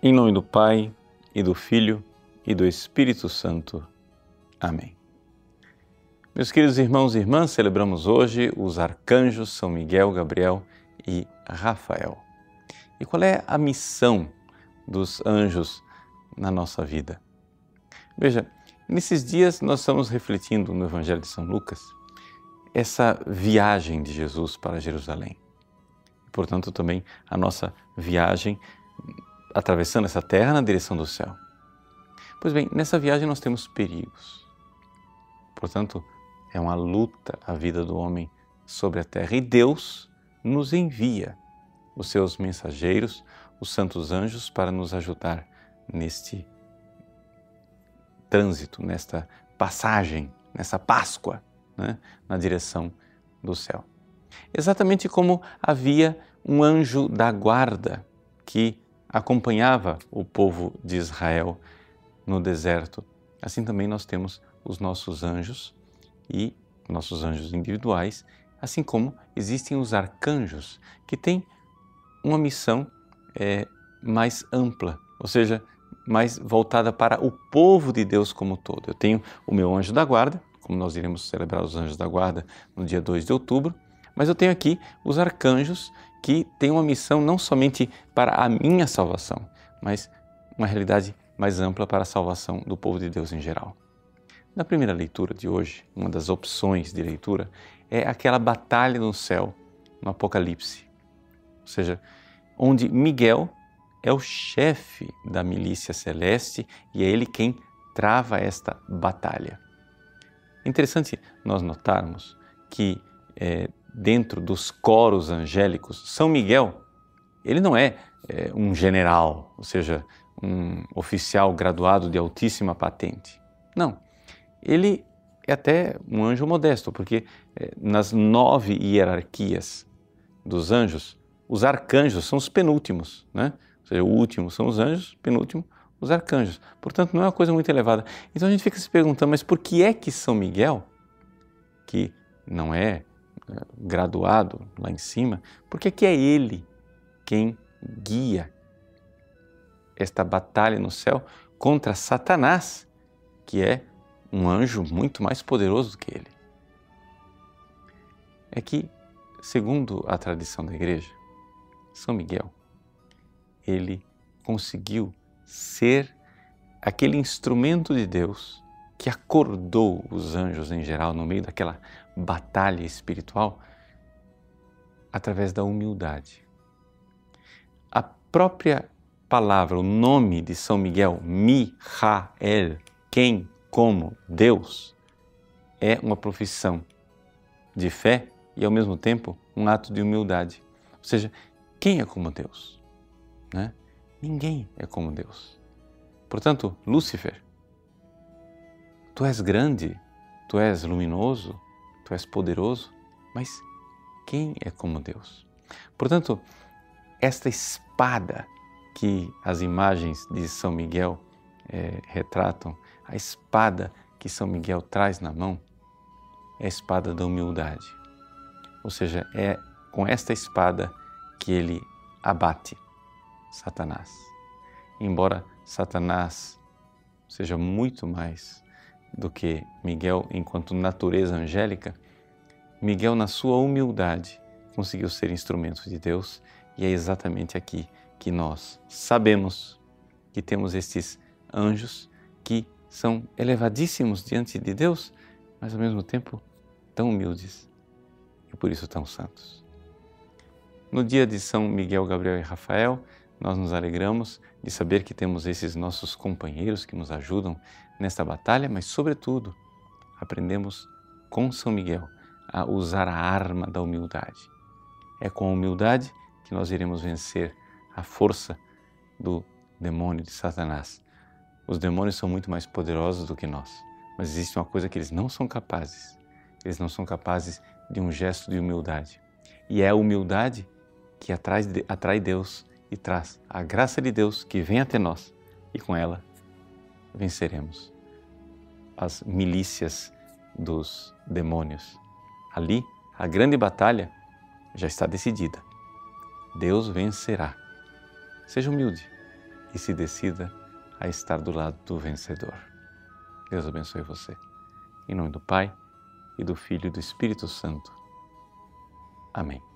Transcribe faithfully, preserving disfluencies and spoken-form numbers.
Em nome do Pai, e do Filho, e do Espírito Santo. Amém. Meus queridos irmãos e irmãs, celebramos hoje os arcanjos São Miguel, Gabriel e Rafael. E qual é a missão dos anjos na nossa vida? Veja, nesses dias nós estamos refletindo no Evangelho de São Lucas essa viagem de Jesus para Jerusalém. E, portanto, também a nossa viagem atravessando essa terra na direção do céu. Pois bem, nessa viagem nós temos perigos. Portanto, é uma luta a vida do homem sobre a terra. E Deus nos envia os seus mensageiros, os santos anjos, para nos ajudar neste trânsito, nesta passagem, nessa Páscoa, né, na direção do céu. Exatamente como havia um anjo da guarda que acompanhava o povo de Israel no deserto, assim também nós temos os nossos anjos e nossos anjos individuais, assim como existem os arcanjos que têm uma missão é, mais ampla, ou seja, mais voltada para o povo de Deus como todo. Eu tenho o meu anjo da guarda, como nós iremos celebrar os anjos da guarda no dia dois de outubro, mas eu tenho aqui os arcanjos que têm uma missão não somente para a minha salvação, mas uma realidade mais ampla para a salvação do povo de Deus em geral. Na primeira leitura de hoje, uma das opções de leitura é aquela batalha no céu, no Apocalipse, ou seja, onde Miguel é o chefe da milícia celeste e é ele quem trava esta batalha. É interessante nós notarmos que é, dentro dos coros angélicos, São Miguel, ele não é, é um general, ou seja, um oficial graduado de altíssima patente. Não, ele é até um anjo modesto, porque é, nas nove hierarquias dos anjos, os arcanjos são os penúltimos, né? Ou seja, o último são os anjos, penúltimo os arcanjos. Portanto, não é uma coisa muito elevada. Então a gente fica se perguntando, mas por que é que São Miguel, que não é graduado lá em cima, por que que é ele quem guia esta batalha no céu contra Satanás, que é um anjo muito mais poderoso do que ele? É que, segundo a tradição da Igreja, São Miguel, ele conseguiu ser aquele instrumento de Deus que acordou os anjos em geral no meio daquela batalha espiritual através da humildade. A própria palavra, o nome de São Miguel, Mi-ha-el, quem, como, Deus, é uma profissão de fé e ao mesmo tempo um ato de humildade. Ou seja, quem é como Deus? Né? Ninguém é como Deus. Portanto, Lúcifer, tu és grande, tu és luminoso, tu és poderoso, mas quem é como Deus? Portanto, esta espada que as imagens de São Miguel é, retratam, a espada que São Miguel traz na mão, é a espada da humildade. Ou seja, é com esta espada que ele abate Satanás. Embora Satanás seja muito mais do que Miguel enquanto natureza angélica, Miguel, na sua humildade, conseguiu ser instrumento de Deus, e é exatamente aqui que nós sabemos que temos estes anjos que são elevadíssimos diante de Deus, mas ao mesmo tempo tão humildes e por isso tão santos. No dia de São Miguel, Gabriel e Rafael, nós nos alegramos de saber que temos esses nossos companheiros que nos ajudam nesta batalha, mas, sobretudo, aprendemos com São Miguel a usar a arma da humildade. É com a humildade que nós iremos vencer a força do demônio de Satanás. Os demônios são muito mais poderosos do que nós, mas existe uma coisa que eles não são capazes. Eles não são capazes de um gesto de humildade. E é a humildade que atrai, atrai Deus e traz a graça de Deus que vem até nós, e com ela venceremos as milícias dos demônios. Ali, a grande batalha já está decidida. Deus vencerá. Seja humilde e se decida a estar do lado do vencedor. Deus abençoe você. Em nome do Pai, e do Filho e do Espírito Santo. Amém.